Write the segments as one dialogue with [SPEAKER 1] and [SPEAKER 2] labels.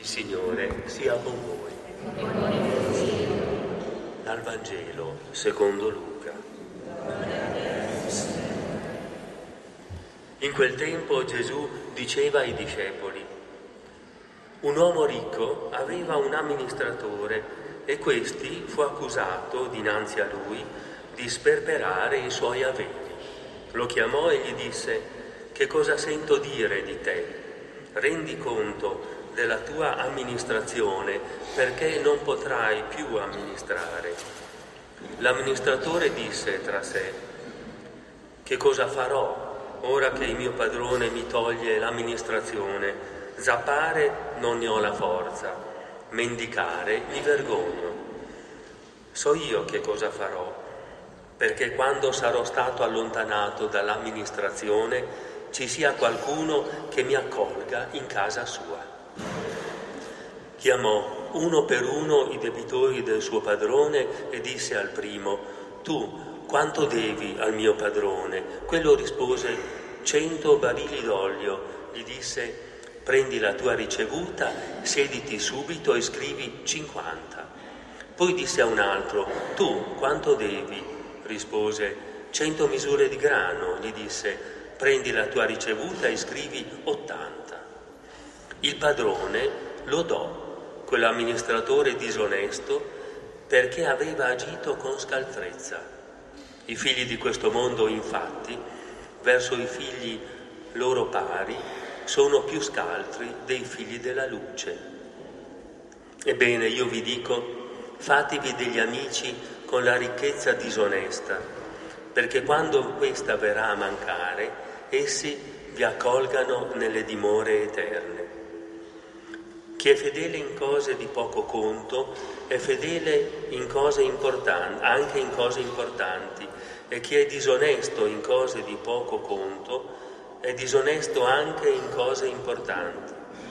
[SPEAKER 1] Signore sia con voi. Dal Vangelo secondo Luca. In quel tempo Gesù diceva ai discepoli: un uomo ricco aveva un amministratore e questi fu accusato dinanzi a lui di sperperare i suoi averi. Lo chiamò e gli disse: che cosa sento dire di te? Rendi conto della tua amministrazione, perché non potrai più amministrare. L'amministratore disse tra sé: che cosa farò ora che il mio padrone mi toglie l'amministrazione? Zappare non ne ho la forza, mendicare mi vergogno. So io che cosa farò, perché quando sarò stato allontanato dall'amministrazione ci sia qualcuno che mi accolga in casa sua. Chiamò uno per uno i debitori del suo padrone e disse al primo: tu quanto devi al mio padrone? Quello rispose: 100 barili d'olio. Gli disse: prendi la tua ricevuta, sediti subito e scrivi 50. Poi disse a un altro: tu quanto devi? Rispose: 100 misure di grano. Gli disse: prendi la tua ricevuta e scrivi 80. Il padrone lodò quell'amministratore disonesto perché aveva agito con scaltrezza. I figli di questo mondo, infatti, verso i figli loro pari, sono più scaltri dei figli della luce. Ebbene, io vi dico, fatevi degli amici con la ricchezza disonesta, perché quando questa verrà a mancare, essi vi accolgano nelle dimore eterne. Chi è fedele in cose di poco conto è fedele in cose importanti, anche in cose importanti, e chi è disonesto in cose di poco conto è disonesto anche in cose importanti.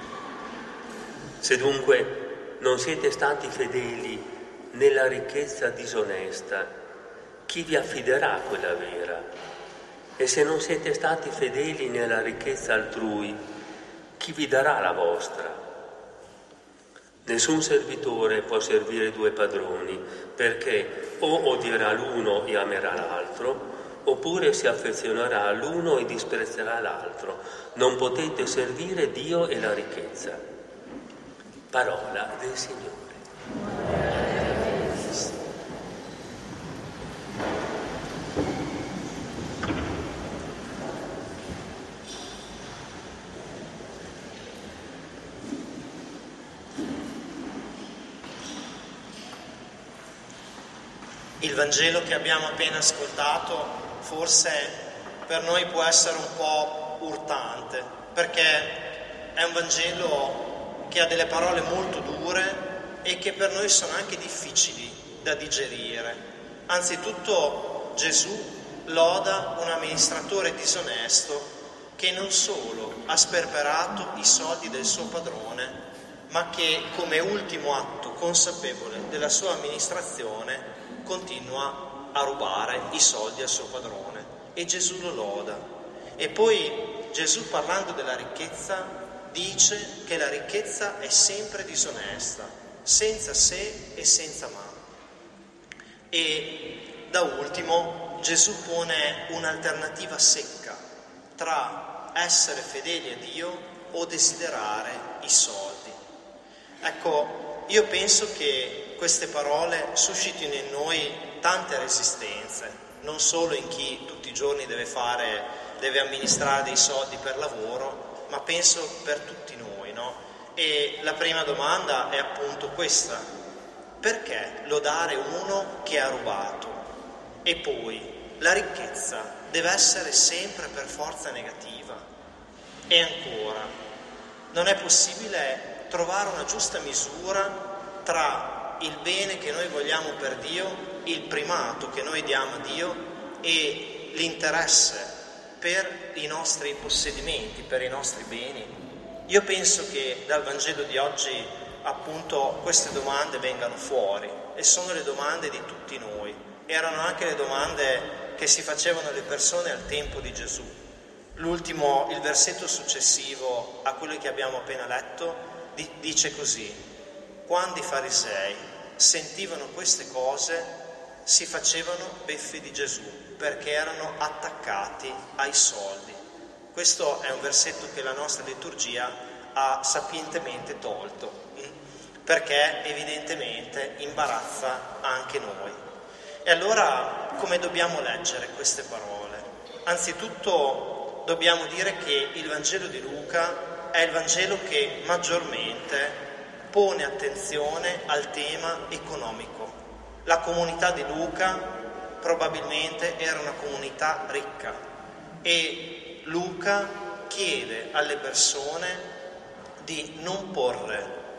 [SPEAKER 1] Se dunque non siete stati fedeli nella ricchezza disonesta, chi vi affiderà quella vera? E se non siete stati fedeli nella ricchezza altrui, chi vi darà la vostra? Nessun servitore può servire due padroni, perché o odierà l'uno e amerà l'altro, oppure si affezionerà all'uno e disprezzerà l'altro. Non potete servire Dio e la ricchezza. Parola del Signore.
[SPEAKER 2] Il Vangelo che abbiamo appena ascoltato forse per noi può essere un po' urtante, perché è un Vangelo che ha delle parole molto dure e che per noi sono anche difficili da digerire. Anzitutto Gesù loda un amministratore disonesto che non solo ha sperperato i soldi del suo padrone, ma che come ultimo atto consapevole della sua amministrazione continua a rubare i soldi al suo padrone, e Gesù lo loda. E poi Gesù, parlando della ricchezza, dice che la ricchezza è sempre disonesta, senza se e senza ma. E da ultimo Gesù pone un'alternativa secca tra essere fedeli a Dio o desiderare i soldi. Ecco, io penso che queste parole suscitino in noi tante resistenze, non solo in chi tutti i giorni deve amministrare dei soldi per lavoro, ma penso per tutti noi, no? E la prima domanda è appunto questa: perché lodare uno che ha rubato? E poi, la ricchezza deve essere sempre per forza negativa? E ancora, non è possibile trovare una giusta misura tra il bene che noi vogliamo per Dio, il primato che noi diamo a Dio e l'interesse per i nostri possedimenti, per i nostri beni? Io penso che dal Vangelo di oggi appunto queste domande vengano fuori, e sono le domande di tutti noi. Erano anche le domande che si facevano le persone al tempo di Gesù. Il versetto successivo a quello che abbiamo appena letto, dice così: quando i farisei sentivano queste cose si facevano beffe di Gesù perché erano attaccati ai soldi. Questo è un versetto che la nostra liturgia ha sapientemente tolto, perché evidentemente imbarazza anche noi. E allora come dobbiamo leggere queste parole? Anzitutto dobbiamo dire che il Vangelo di Luca è il Vangelo che maggiormente pone attenzione al tema economico. La comunità di Luca probabilmente era una comunità ricca e Luca chiede alle persone di non porre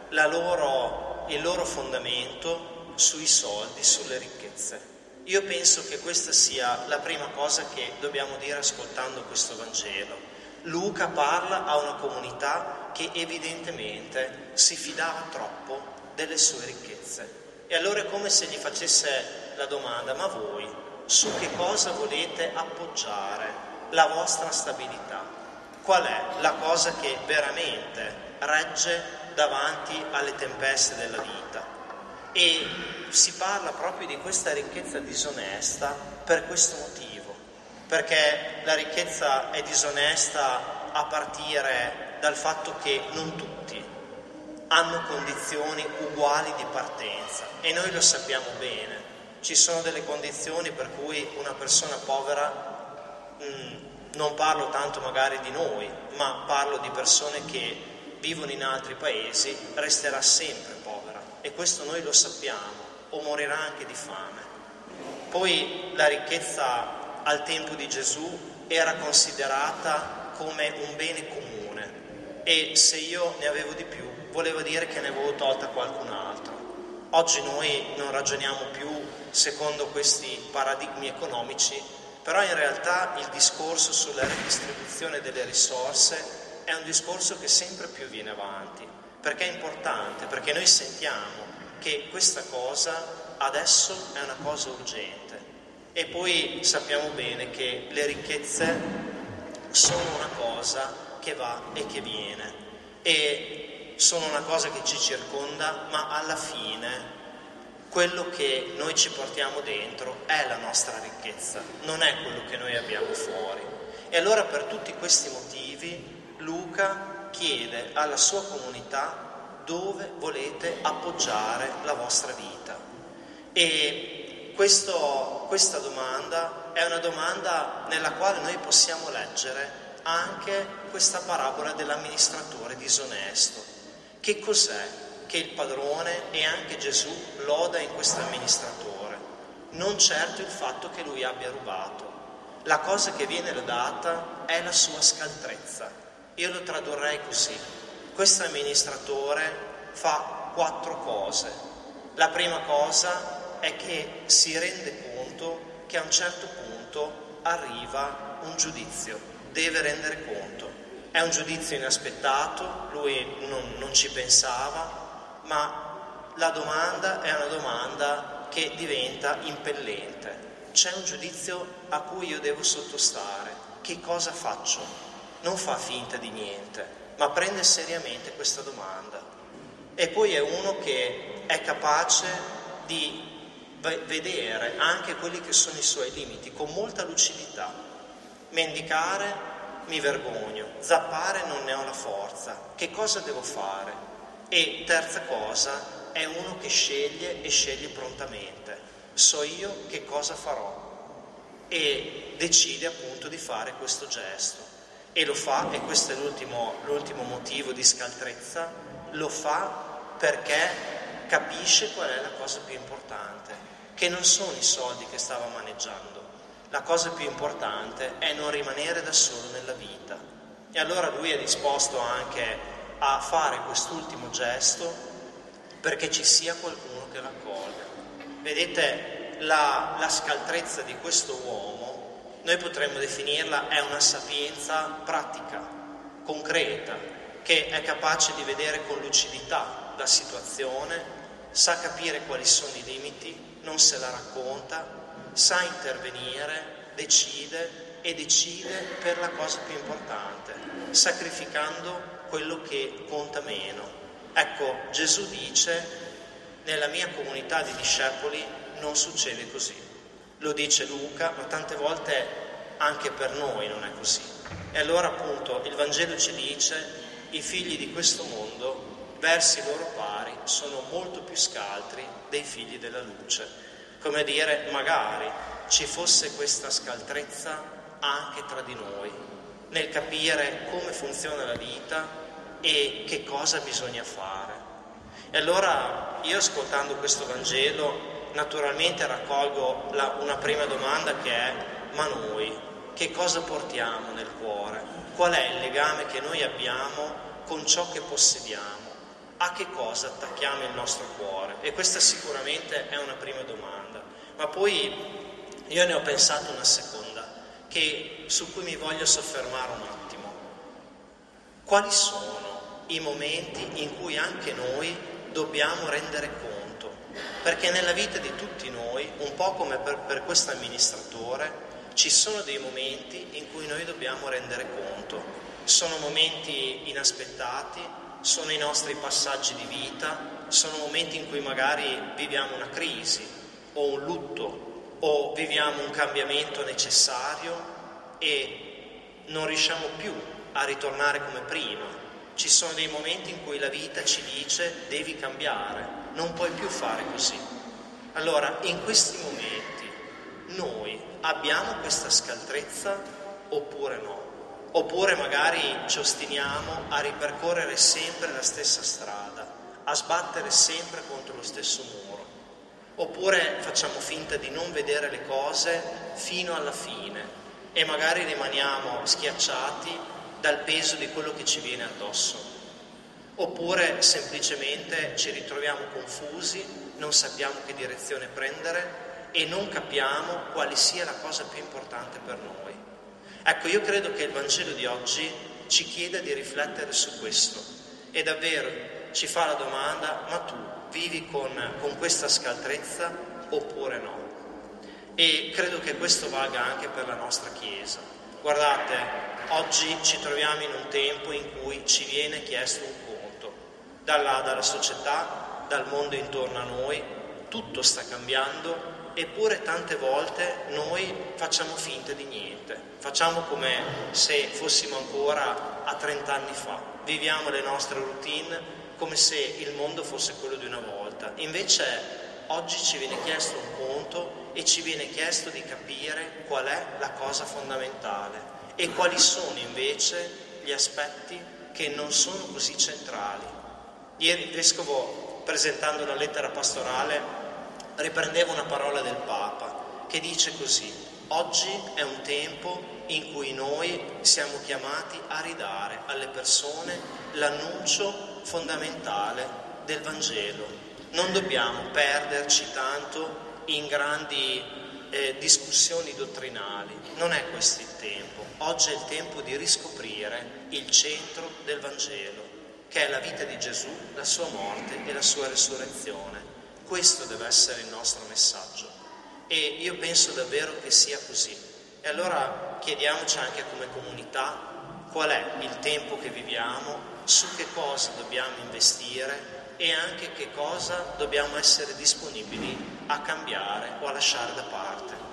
[SPEAKER 2] il loro fondamento sui soldi, sulle ricchezze. Io penso che questa sia la prima cosa che dobbiamo dire ascoltando questo Vangelo. Luca parla a una comunità che evidentemente si fidava troppo delle sue ricchezze. E allora è come se gli facesse la domanda: ma voi su che cosa volete appoggiare la vostra stabilità? Qual è la cosa che veramente regge davanti alle tempeste della vita? E si parla proprio di questa ricchezza disonesta per questo motivo, perché la ricchezza è disonesta a partire dal fatto che non tutti hanno condizioni uguali di partenza e noi lo sappiamo bene. Ci sono delle condizioni per cui una persona povera, non parlo tanto magari di noi, ma parlo di persone che vivono in altri paesi, resterà sempre povera e questo noi lo sappiamo, o morirà anche di fame. Poi la ricchezza al tempo di Gesù era considerata come un bene comune e se io ne avevo di più voleva dire che ne avevo tolta qualcun altro. Oggi noi non ragioniamo più secondo questi paradigmi economici, però in realtà il discorso sulla redistribuzione delle risorse è un discorso che sempre più viene avanti, perché è importante, perché noi sentiamo che questa cosa adesso è una cosa urgente e poi sappiamo bene che le ricchezze sono una cosa che va e che viene e sono una cosa che ci circonda, ma alla fine quello che noi ci portiamo dentro è la nostra ricchezza, non è quello che noi abbiamo fuori. E allora per tutti questi motivi Luca chiede alla sua comunità dove volete appoggiare la vostra vita. E questa domanda è una domanda nella quale noi possiamo leggere anche questa parabola dell'amministratore disonesto. Che cos'è che il padrone e anche Gesù loda in questo amministratore? Non certo il fatto che lui abbia rubato. La cosa che viene lodata è la sua scaltrezza. Io lo tradurrei così: questo amministratore fa 4 cose. La prima cosa è che si rende conto che a un certo punto arriva un giudizio, deve rendere conto. È un giudizio inaspettato, lui non ci pensava, ma la domanda è una domanda che diventa impellente. C'è un giudizio a cui io devo sottostare. Che cosa faccio? Non fa finta di niente, ma prende seriamente questa domanda. E poi è uno che è capace di vedere anche quelli che sono i suoi limiti con molta lucidità. Mendicare, mi vergogno, zappare non ne ho la forza, che cosa devo fare? E terza cosa, è uno che sceglie e sceglie prontamente, so io che cosa farò e decide appunto di fare questo gesto e lo fa, e questo è l'ultimo motivo di scaltrezza, lo fa perché capisce qual è la cosa più importante, che non sono i soldi che stava maneggiando. La cosa più importante è non rimanere da solo nella vita. E allora lui è disposto anche a fare quest'ultimo gesto perché ci sia qualcuno che l'accolga. Vedete, la scaltrezza di questo uomo, noi potremmo definirla, è una sapienza pratica, concreta, che è capace di vedere con lucidità la situazione, sa capire quali sono i limiti, non se la racconta, sa intervenire, decide per la cosa più importante, sacrificando quello che conta meno. Ecco, Gesù dice, nella mia comunità di discepoli non succede così. Lo dice Luca, ma tante volte anche per noi non è così. E allora appunto il Vangelo ci dice, i figli di questo mondo, versi loro pari, sono molto più scaltri dei figli della luce. Come dire, magari ci fosse questa scaltrezza anche tra di noi, nel capire come funziona la vita e che cosa bisogna fare. E allora io, ascoltando questo Vangelo, naturalmente raccolgo una prima domanda, che è: ma noi che cosa portiamo nel cuore? Qual è il legame che noi abbiamo con ciò che possediamo? A che cosa attacchiamo il nostro cuore? E questa sicuramente è una prima domanda. Ma poi io ne ho pensato una seconda, su cui mi voglio soffermare un attimo. Quali sono i momenti in cui anche noi dobbiamo rendere conto? Perché nella vita di tutti noi, un po' come per questo amministratore, ci sono dei momenti in cui noi dobbiamo rendere conto. Sono momenti inaspettati, sono i nostri passaggi di vita, sono momenti in cui magari viviamo una crisi o un lutto o viviamo un cambiamento necessario e non riusciamo più a ritornare come prima. Ci sono dei momenti in cui la vita ci dice: devi cambiare, non puoi più fare così. Allora, in questi momenti noi abbiamo questa scaltrezza oppure no? Oppure magari ci ostiniamo a ripercorrere sempre la stessa strada, a sbattere sempre contro lo stesso muro. Oppure facciamo finta di non vedere le cose fino alla fine e magari rimaniamo schiacciati dal peso di quello che ci viene addosso. Oppure semplicemente ci ritroviamo confusi, non sappiamo che direzione prendere e non capiamo quale sia la cosa più importante per noi. Ecco, io credo che il Vangelo di oggi ci chieda di riflettere su questo e davvero ci fa la domanda: ma tu vivi con questa scaltrezza oppure no? E credo che questo valga anche per la nostra Chiesa. Guardate, oggi ci troviamo in un tempo in cui ci viene chiesto un conto dalla società, dal mondo intorno a noi, tutto sta cambiando, eppure tante volte noi facciamo finta di niente, facciamo come se fossimo ancora a 30 anni fa, viviamo le nostre routine come se il mondo fosse quello di una volta. Invece oggi ci viene chiesto un conto e ci viene chiesto di capire qual è la cosa fondamentale e quali sono invece gli aspetti che non sono così centrali. Ieri il Vescovo, presentando la lettera pastorale, riprendeva una parola del Papa che dice così: oggi è un tempo in cui noi siamo chiamati a ridare alle persone l'annuncio fondamentale del Vangelo. Non dobbiamo perderci tanto in grandi discussioni dottrinali, non è questo il tempo. Oggi è il tempo di riscoprire il centro del Vangelo, che è la vita di Gesù, la sua morte e la sua resurrezione. Questo deve essere il nostro messaggio e io penso davvero che sia così. E allora chiediamoci anche come comunità qual è il tempo che viviamo, su che cosa dobbiamo investire e anche che cosa dobbiamo essere disponibili a cambiare o a lasciare da parte.